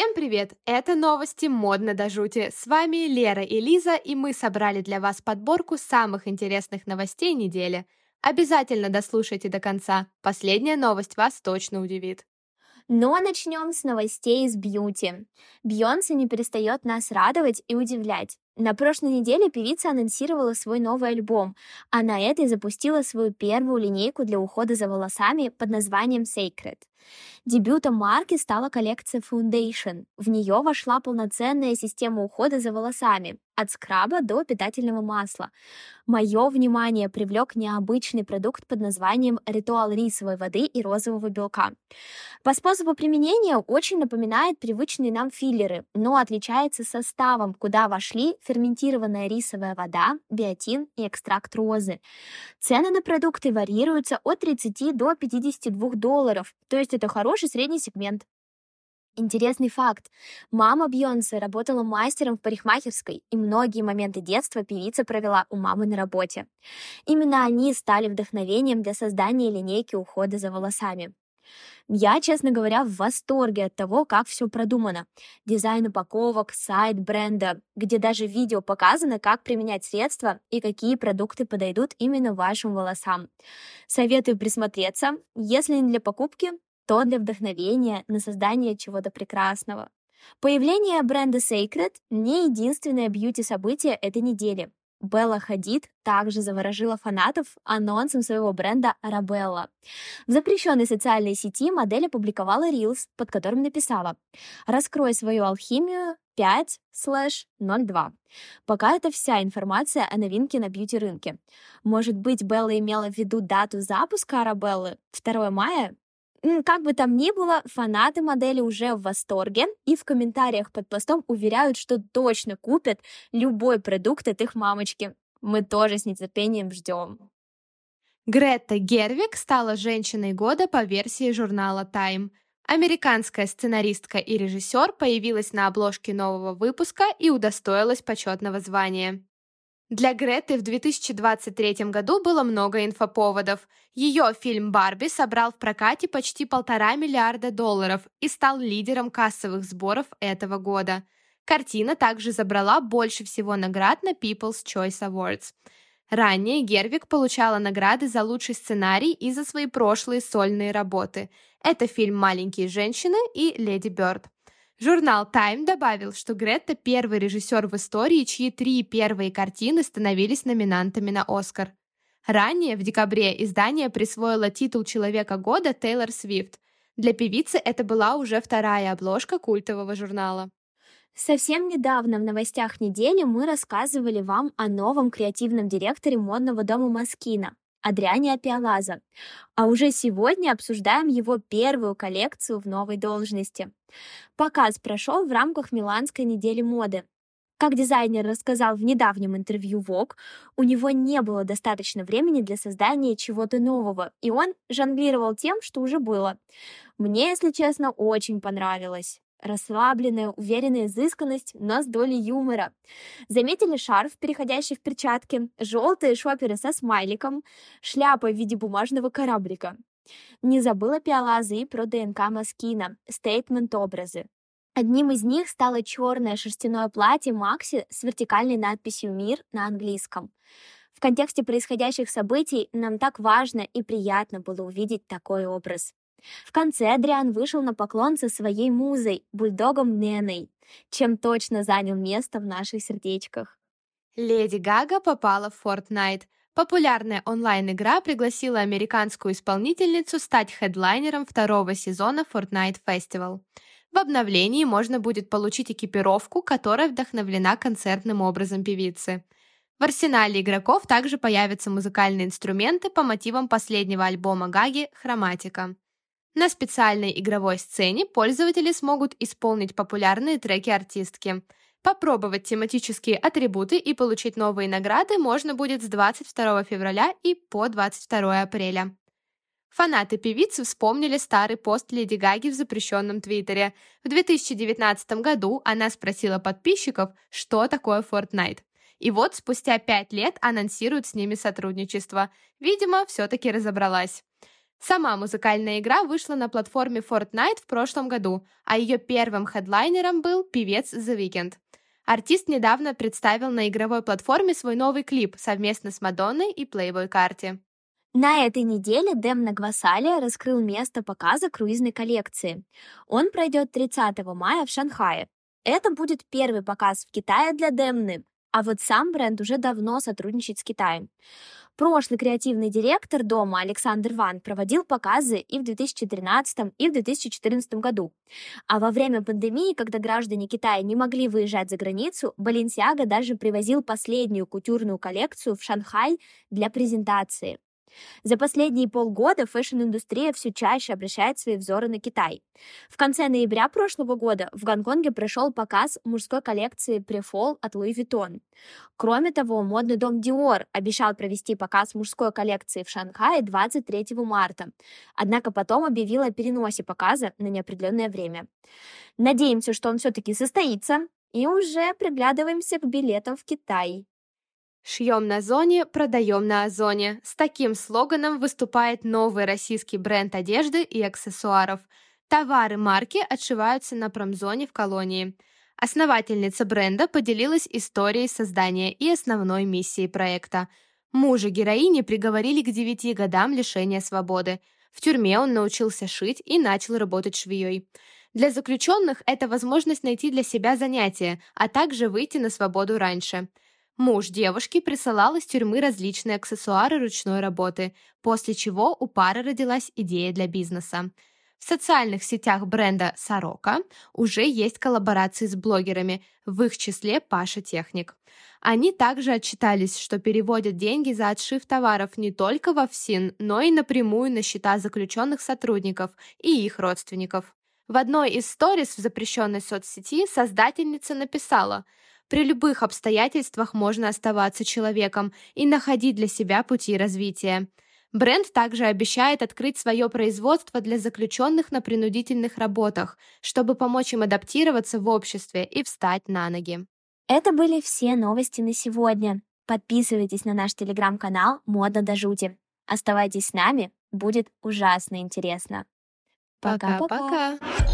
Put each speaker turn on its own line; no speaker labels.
Всем привет! Это новости модно до жути. С вами Лера и Лиза, и мы собрали для вас подборку самых интересных новостей недели. Обязательно дослушайте до конца. Последняя новость вас точно удивит.
Но начнем с новостей из бьюти. Бейонсе не перестает нас радовать и удивлять. На прошлой неделе певица анонсировала свой новый альбом, а на этой запустила свою первую линейку для ухода за волосами под названием Sacred. Дебютом марки стала коллекция Foundation. В нее вошла полноценная система ухода за волосами, от скраба до питательного масла. Мое внимание привлек необычный продукт под названием ритуал рисовой воды и розового белка. По способу применения очень напоминает привычные нам филлеры, но отличается составом, куда вошли ферментированная рисовая вода, биотин и экстракт розы. Цены на продукты варьируются от 30 до $52, то есть это хороший средний сегмент. Интересный факт. Мама Бейонсе работала мастером в парикмахерской, и многие моменты детства певица провела у мамы на работе. Именно они стали вдохновением для создания линейки ухода за волосами. Я, честно говоря, в восторге от того, как все продумано. Дизайн упаковок, сайт бренда, где даже видео показано, как применять средства и какие продукты подойдут именно вашим волосам. Советую присмотреться, если не для покупки, то для вдохновения на создание чего-то прекрасного. Появление бренда Sacred не единственное бьюти-событие этой недели. Белла Хадид также заворожила фанатов анонсом своего бренда Arabella. В запрещенной социальной сети модель опубликовала рилс, под которым написала: «Раскрой свою алхимию 5/02». Пока это вся информация о новинке на бьюти-рынке. Может быть, Белла имела в виду дату запуска Arabella 2 мая? Как бы там ни было, фанаты модели уже в восторге и в комментариях под постом уверяют, что точно купят любой продукт от их мамочки. Мы тоже с нетерпением ждем.
Грета Гервиг стала женщиной года по версии журнала Time. Американская сценаристка и режиссер появилась на обложке нового выпуска и удостоилась почетного звания. Для Греты в 2023 году было много инфоповодов. Ее фильм «Барби» собрал в прокате почти $1,5 миллиарда и стал лидером кассовых сборов этого года. Картина также забрала больше всего наград на People's Choice Awards. Ранее Гервиг получала награды за лучший сценарий и за свои прошлые сольные работы. Это фильм «Маленькие женщины» и «Леди Бёрд». Журнал Time добавил, что Грета – первый режиссер в истории, чьи 3 первые картины становились номинантами на «Оскар». Ранее, в декабре, издание присвоило титул «Человека года» Тейлор Свифт. Для певицы это была уже 2-я обложка культового журнала.
Совсем недавно в новостях недели мы рассказывали вам о новом креативном директоре модного дома Москина Адриане Апиалазо. А уже сегодня обсуждаем его первую коллекцию в новой должности. Показ прошел в рамках Миланской недели моды. Как дизайнер рассказал в недавнем интервью Vogue, у него не было достаточно времени для создания чего-то нового, и он жонглировал тем, что уже было. Мне, если честно, очень понравилось. Расслабленная, уверенная изысканность, но с долей юмора. Заметили шарф, переходящий в перчатки, желтые шоперы со смайликом, шляпа в виде бумажного кораблика. Не забыла Пиалазо и про ДНК Москина, стейтмент-образы. Одним из них стало черное шерстяное платье Макси с вертикальной надписью «Мир» на английском. В контексте происходящих событий нам так важно и приятно было увидеть такой образ. В конце Адриан вышел на поклон со своей музой, бульдогом Неной, чем точно занял место в наших сердечках.
Леди Гага попала в Fortnite. Популярная онлайн-игра пригласила американскую исполнительницу стать хедлайнером 2-го сезона Fortnite Festival. В обновлении можно будет получить экипировку, которая вдохновлена концертным образом певицы. В арсенале игроков также появятся музыкальные инструменты по мотивам последнего альбома Гаги «Хроматика». На специальной игровой сцене пользователи смогут исполнить популярные треки артистки. Попробовать тематические атрибуты и получить новые награды можно будет с 22 февраля и по 22 апреля. Фанаты певицы вспомнили старый пост Леди Гаги в запрещенном Твиттере. В 2019 году она спросила подписчиков, что такое Fortnite. И вот спустя 5 лет анонсирует с ними сотрудничество. Видимо, все-таки разобралась. Сама музыкальная игра вышла на платформе Fortnite в прошлом году, а ее первым хедлайнером был певец The Weeknd. Артист недавно представил на игровой платформе свой новый клип совместно с Мадонной и Playboi Carti.
На этой неделе Демна Гвасалия раскрыл место показа круизной коллекции. Он пройдет 30 мая в Шанхае. Это будет первый показ в Китае для Демны, а вот сам бренд уже давно сотрудничает с Китаем. Прошлый креативный директор дома Александр Ван проводил показы и в 2013 и в 2014 году. А во время пандемии, когда граждане Китая не могли выезжать за границу, Balenciaga даже привозил последнюю кутюрную коллекцию в Шанхай для презентации. За последние полгода фэшн-индустрия все чаще обращает свои взоры на Китай. В конце ноября прошлого года в Гонконге прошел показ мужской коллекции Pre-Fall от Louis Vuitton. Кроме того, модный дом Dior обещал провести показ мужской коллекции в Шанхае 23 марта, однако потом объявил о переносе показа на неопределенное время. Надеемся, что он все-таки состоится, и уже приглядываемся к билетам в Китай.
«Шьем на зоне, продаем на Озоне». С таким слоганом выступает новый российский бренд одежды и аксессуаров. Товары марки отшиваются на промзоне в Колонии. Основательница бренда поделилась историей создания и основной миссией проекта. Мужа героини приговорили к 9 годам лишения свободы. В тюрьме он научился шить и начал работать швеей. Для заключенных это возможность найти для себя занятие, а также выйти на свободу раньше. Муж девушки присылал из тюрьмы различные аксессуары ручной работы, после чего у пары родилась идея для бизнеса. В социальных сетях бренда «Сорока» уже есть коллаборации с блогерами, в их числе Паша Техник. Они также отчитались, что переводят деньги за отшив товаров не только во ФСИН, но и напрямую на счета заключенных сотрудников и их родственников. В одной из сторис в запрещенной соцсети создательница написала: «При любых обстоятельствах можно оставаться человеком и находить для себя пути развития». Бренд также обещает открыть свое производство для заключенных на принудительных работах, чтобы помочь им адаптироваться в обществе и встать на ноги.
Это были все новости на сегодня. Подписывайтесь на наш телеграм-канал «Модно до жути». Оставайтесь с нами, будет ужасно интересно.
Пока-пока!